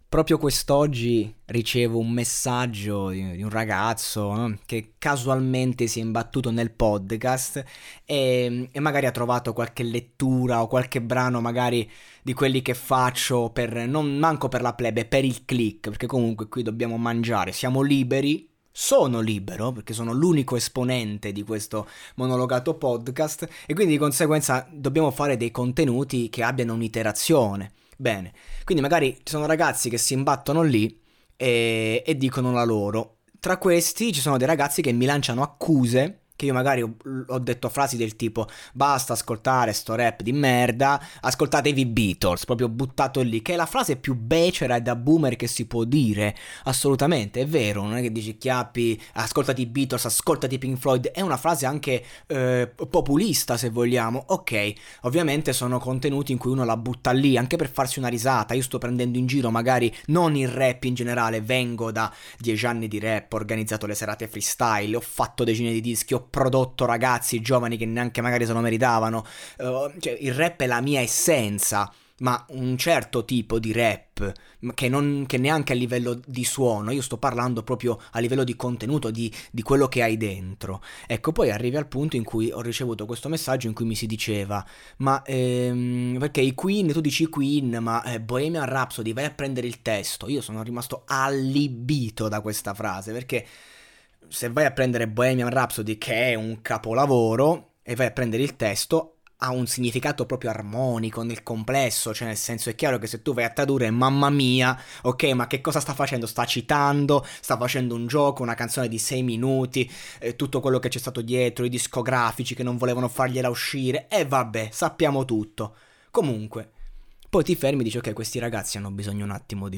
Proprio quest'oggi ricevo un messaggio di un ragazzo, no, che casualmente si è imbattuto nel podcast e magari ha trovato qualche lettura o qualche brano magari di quelli che faccio per, non manco per la plebe, per il click, perché comunque qui dobbiamo mangiare, siamo liberi. Sono libero perché sono l'unico esponente di questo monologato podcast e quindi di conseguenza dobbiamo fare dei contenuti che abbiano un'iterazione. Bene, quindi magari ci sono ragazzi che si imbattono lì e dicono la loro. Tra questi ci sono dei ragazzi che mi lanciano accuse, che io magari ho detto frasi del tipo basta ascoltare sto rap di merda, ascoltatevi i Beatles, proprio buttato lì, che è la frase più becera e da boomer che si può dire, assolutamente, è vero, non è che dici chiappi, ascoltati i Beatles, ascoltati i Pink Floyd, è una frase anche populista se vogliamo, ok, ovviamente sono contenuti in cui uno la butta lì anche per farsi una risata, io sto prendendo in giro magari non il rap in generale, vengo da 10 anni di rap, ho organizzato le serate freestyle, ho fatto decine di dischi, ho prodotto ragazzi giovani che neanche magari se lo meritavano, cioè il rap è la mia essenza, ma un certo tipo di rap che neanche a livello di suono, io sto parlando proprio a livello di contenuto, di quello che hai dentro. Ecco, poi arrivi al punto in cui ho ricevuto questo messaggio in cui mi si diceva ma perché i Queen, tu dici Queen, ma Bohemian Rhapsody, vai a prendere il testo. Io sono rimasto allibito da questa frase, perché se vai a prendere Bohemian Rhapsody, che è un capolavoro, e vai a prendere il testo, ha un significato proprio armonico nel complesso, cioè nel senso è chiaro che se tu vai a tradurre mamma mia, ok, ma che cosa sta facendo? Sta citando, sta facendo un gioco, una canzone di 6 minuti, tutto quello che c'è stato dietro, i discografici che non volevano fargliela uscire, e vabbè, sappiamo tutto. Comunque, poi ti fermi e dici ok, questi ragazzi hanno bisogno un attimo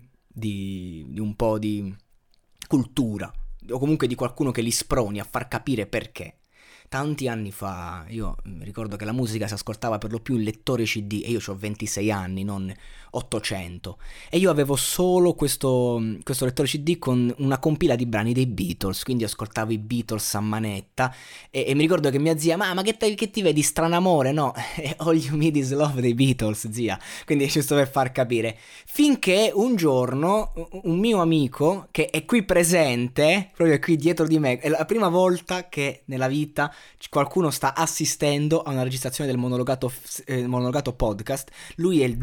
di un po' di cultura, o comunque di qualcuno che li sproni a far capire perché. Tanti anni fa, io ricordo che la musica si ascoltava per lo più in lettore CD e io ho 26 anni, non 800. E io avevo solo questo lettore CD con una compila di brani dei Beatles, quindi ascoltavo i Beatles a manetta e mi ricordo che mia zia, ma che ti vedi, stranamore? No, è All You Need Is Love dei Beatles, zia. Quindi giusto per far capire. Finché un giorno un mio amico, che è qui presente, proprio qui dietro di me, è la prima volta che nella vita qualcuno sta assistendo a una registrazione del monologato podcast. Lui è il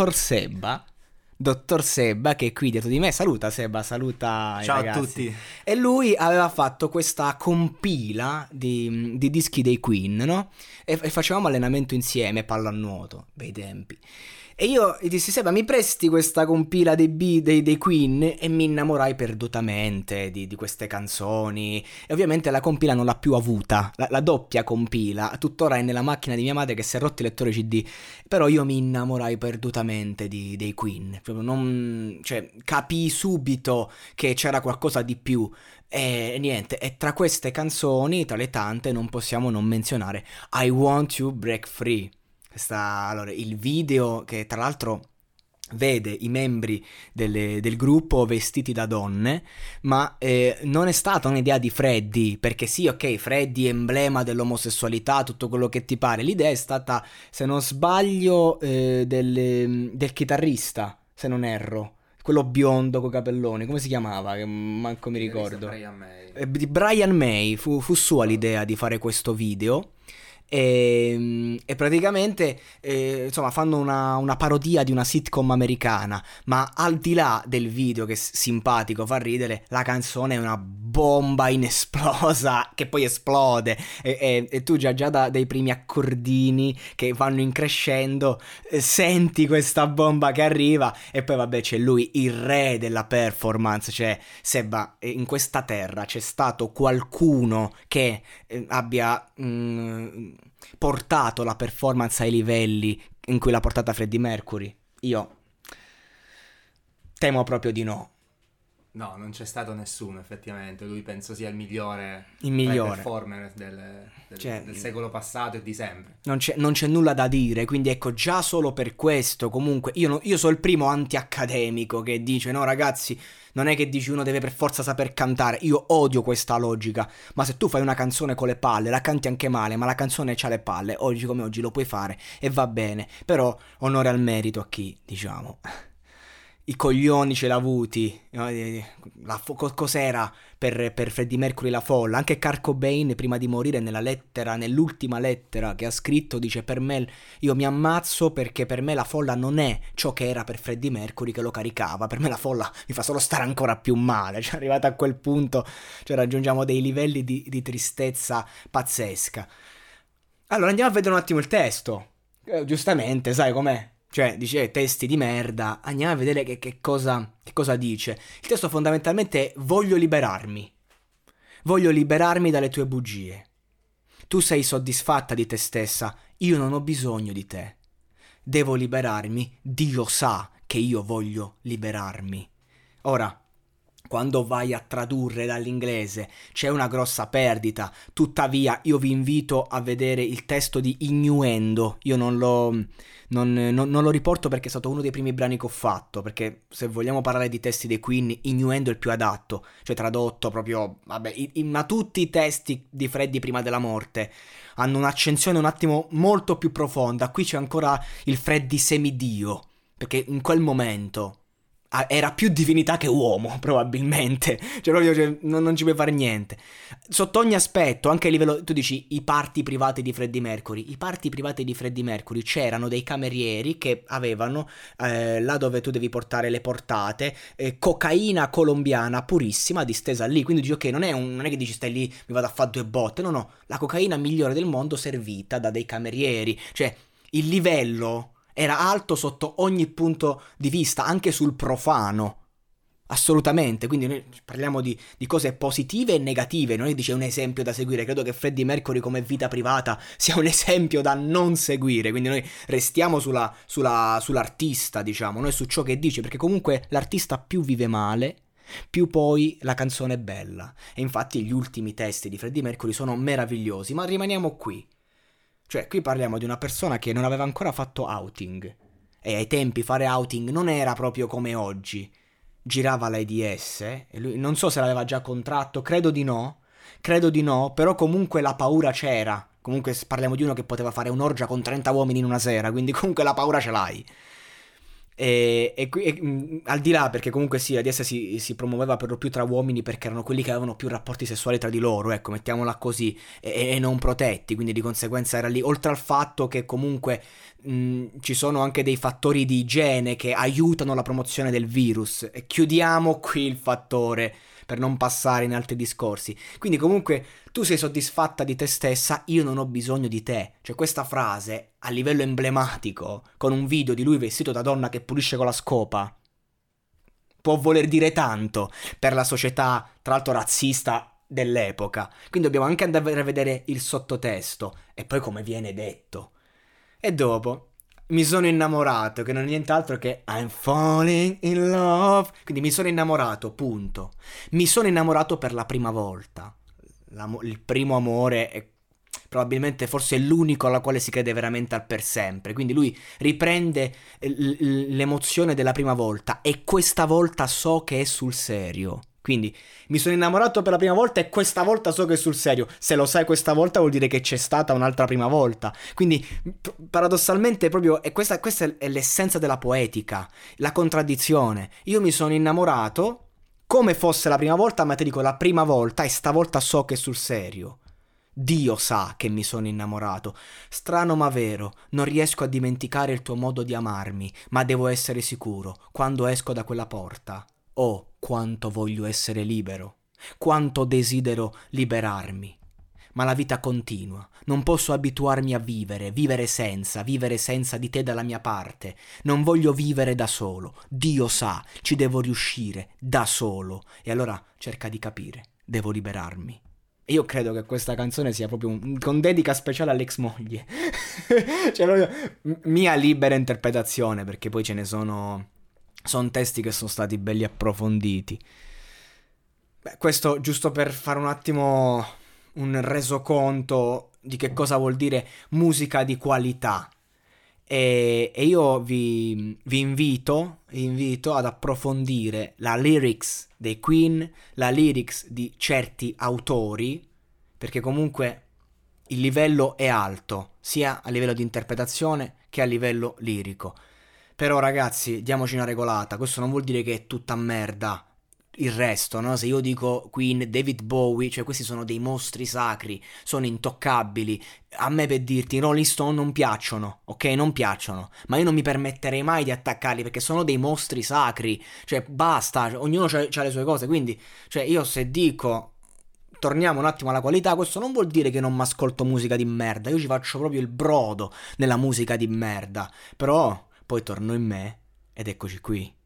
dottor Sebba, che è qui dietro di me. Saluta Sebba, saluta i Ciao a ragazzi. tutti. E lui aveva fatto questa compila di dischi dei Queen, no? E facevamo allenamento insieme, pallanuoto, bei tempi. E io gli dissi, Seba, mi presti questa compila dei Queen? E mi innamorai perdutamente di queste canzoni. E ovviamente la compila non l'ha più avuta, la doppia compila. Tuttora è nella macchina di mia madre che si è rotto il lettore CD. Però io mi innamorai perdutamente dei Queen. Proprio non, cioè, capii subito che c'era qualcosa di più. E niente, e tra queste canzoni, tra le tante, non possiamo non menzionare I Want to Break Free. Allora, il video che tra l'altro vede i membri del gruppo vestiti da donne, ma non è stata un'idea di Freddy, perché sì, ok, Freddy è emblema dell'omosessualità, tutto quello che ti pare, l'idea è stata, se non sbaglio, del chitarrista, se non erro, quello biondo coi capelloni, come si chiamava? Che manco mi ricordo. Brian May. Di Brian May, fu sua l'idea di fare questo video. E praticamente insomma fanno una parodia di una sitcom americana, ma al di là del video che è simpatico, fa ridere, la canzone è una bomba inesplosa che poi esplode e tu già dai primi accordini che vanno in crescendo senti questa bomba che arriva e poi vabbè c'è lui, il re della performance, cioè Seba, in questa terra c'è stato qualcuno che abbia portato la performance ai livelli in cui l'ha portata Freddie Mercury? Io temo proprio di no. No, non c'è stato nessuno effettivamente. Lui penso sia il migliore migliore performer del secolo passato e di sempre. Non c'è nulla da dire, quindi ecco, già solo per questo comunque io sono il primo anti-accademico che dice no ragazzi, non è che dici uno deve per forza saper cantare, io odio questa logica, ma se tu fai una canzone con le palle, la canti anche male, ma la canzone c'ha le palle, oggi come oggi lo puoi fare e va bene, però onore al merito a chi, diciamo, i coglioni ce l'ha avuti, no? Cos'era per Freddie Mercury la folla? Anche Kurt Cobain prima di morire nell'ultima lettera che ha scritto, dice: per me, io mi ammazzo perché per me la folla non è ciò che era per Freddie Mercury che lo caricava, per me la folla mi fa solo stare ancora più male. Cioè, arrivato a quel punto, cioè, raggiungiamo dei livelli di tristezza pazzesca. Allora andiamo a vedere un attimo il testo. Giustamente, sai com'è? Cioè, dice testi di merda. Andiamo a vedere che cosa dice. Il testo fondamentalmente è: voglio liberarmi. Voglio liberarmi dalle tue bugie. Tu sei soddisfatta di te stessa, io non ho bisogno di te. Devo liberarmi, Dio sa che io voglio liberarmi. Ora, quando vai a tradurre dall'inglese c'è una grossa perdita, tuttavia io vi invito a vedere il testo di Innuendo. Io non lo riporto perché è stato uno dei primi brani che ho fatto, perché se vogliamo parlare di testi dei Queen, Innuendo è il più adatto, cioè tradotto proprio, vabbè, ma tutti i testi di Freddie prima della morte hanno un'accensione un attimo molto più profonda. Qui c'è ancora il Freddie semidio, perché in quel momento era più divinità che uomo, probabilmente. Cioè, proprio, non ci puoi fare niente. Sotto ogni aspetto, anche a livello. Tu dici i party privati di Freddie Mercury. I party privati di Freddie Mercury c'erano dei camerieri che avevano là dove tu devi portare le portate, cocaina colombiana purissima distesa lì. Quindi dici, ok, non è che dici stai lì, mi vado a fare 2 botte. No, la cocaina migliore del mondo servita da dei camerieri. Cioè, il livello era alto sotto ogni punto di vista, anche sul profano. Assolutamente, quindi noi parliamo di cose positive e negative, non è che dice un esempio da seguire. Credo che Freddie Mercury come vita privata sia un esempio da non seguire, quindi noi restiamo sull'artista, diciamo, noi su ciò che dice, perché comunque l'artista più vive male, più poi la canzone è bella. E infatti gli ultimi testi di Freddie Mercury sono meravigliosi, ma rimaniamo qui. Cioè, qui parliamo di una persona che non aveva ancora fatto outing. E ai tempi fare outing non era proprio come oggi. Girava l'AIDS, e lui non so se l'aveva già contratto, credo di no, però comunque la paura c'era. Comunque parliamo di uno che poteva fare un'orgia con 30 uomini in una sera, quindi comunque la paura ce l'hai. Al di là, perché comunque sì, l'AIDS si promuoveva per lo più tra uomini perché erano quelli che avevano più rapporti sessuali tra di loro, ecco, mettiamola così, e non protetti, quindi di conseguenza era lì, oltre al fatto che comunque ci sono anche dei fattori di igiene che aiutano la promozione del virus, e chiudiamo qui il fattore per non passare in altri discorsi. Quindi comunque tu sei soddisfatta di te stessa, io non ho bisogno di te. Cioè questa frase a livello emblematico, con un video di lui vestito da donna che pulisce con la scopa, può voler dire tanto per la società, tra l'altro razzista, dell'epoca. Quindi dobbiamo anche andare a vedere il sottotesto e poi come viene detto. E dopo mi sono innamorato, che non è nient'altro che I'm falling in love. Quindi mi sono innamorato, punto. Mi sono innamorato per la prima volta. Il primo amore è probabilmente forse l'unico alla quale si crede veramente al per sempre. Quindi lui riprende l'emozione della prima volta e questa volta so che è sul serio. Quindi mi sono innamorato per la prima volta e questa volta so che è sul serio. Se lo sai questa volta vuol dire che c'è stata un'altra prima volta. Quindi paradossalmente proprio questa è l'essenza della poetica, la contraddizione. Io mi sono innamorato come fosse la prima volta, ma ti dico la prima volta e stavolta so che è sul serio. Dio sa che mi sono innamorato. Strano ma vero, non riesco a dimenticare il tuo modo di amarmi, ma devo essere sicuro, quando esco da quella porta. Oh, quanto voglio essere libero, quanto desidero liberarmi. Ma la vita continua, non posso abituarmi a vivere senza di te dalla mia parte. Non voglio vivere da solo, Dio sa, ci devo riuscire, da solo. E allora cerca di capire, devo liberarmi. E io credo che questa canzone sia proprio con dedica speciale all'ex moglie. Cioè proprio mia libera interpretazione, perché poi ce ne sono testi che sono stati belli approfonditi. Beh, questo giusto per fare un attimo un resoconto di che cosa vuol dire musica di qualità. E io vi invito ad approfondire la lyrics dei Queen, la lyrics di certi autori, perché comunque il livello è alto, sia a livello di interpretazione che a livello lirico. Però ragazzi, diamoci una regolata, questo non vuol dire che è tutta merda. Il resto, no? Se io dico Queen, David Bowie, cioè questi sono dei mostri sacri, sono intoccabili. A me per dirti, i Rolling Stone non piacciono, ok? Non piacciono, ma io non mi permetterei mai di attaccarli perché sono dei mostri sacri. Cioè, basta, cioè, ognuno ha le sue cose, quindi, cioè, io se dico torniamo un attimo alla qualità, questo non vuol dire che non mi ascolto musica di merda, io ci faccio proprio il brodo nella musica di merda. Però poi torno in me ed eccoci qui.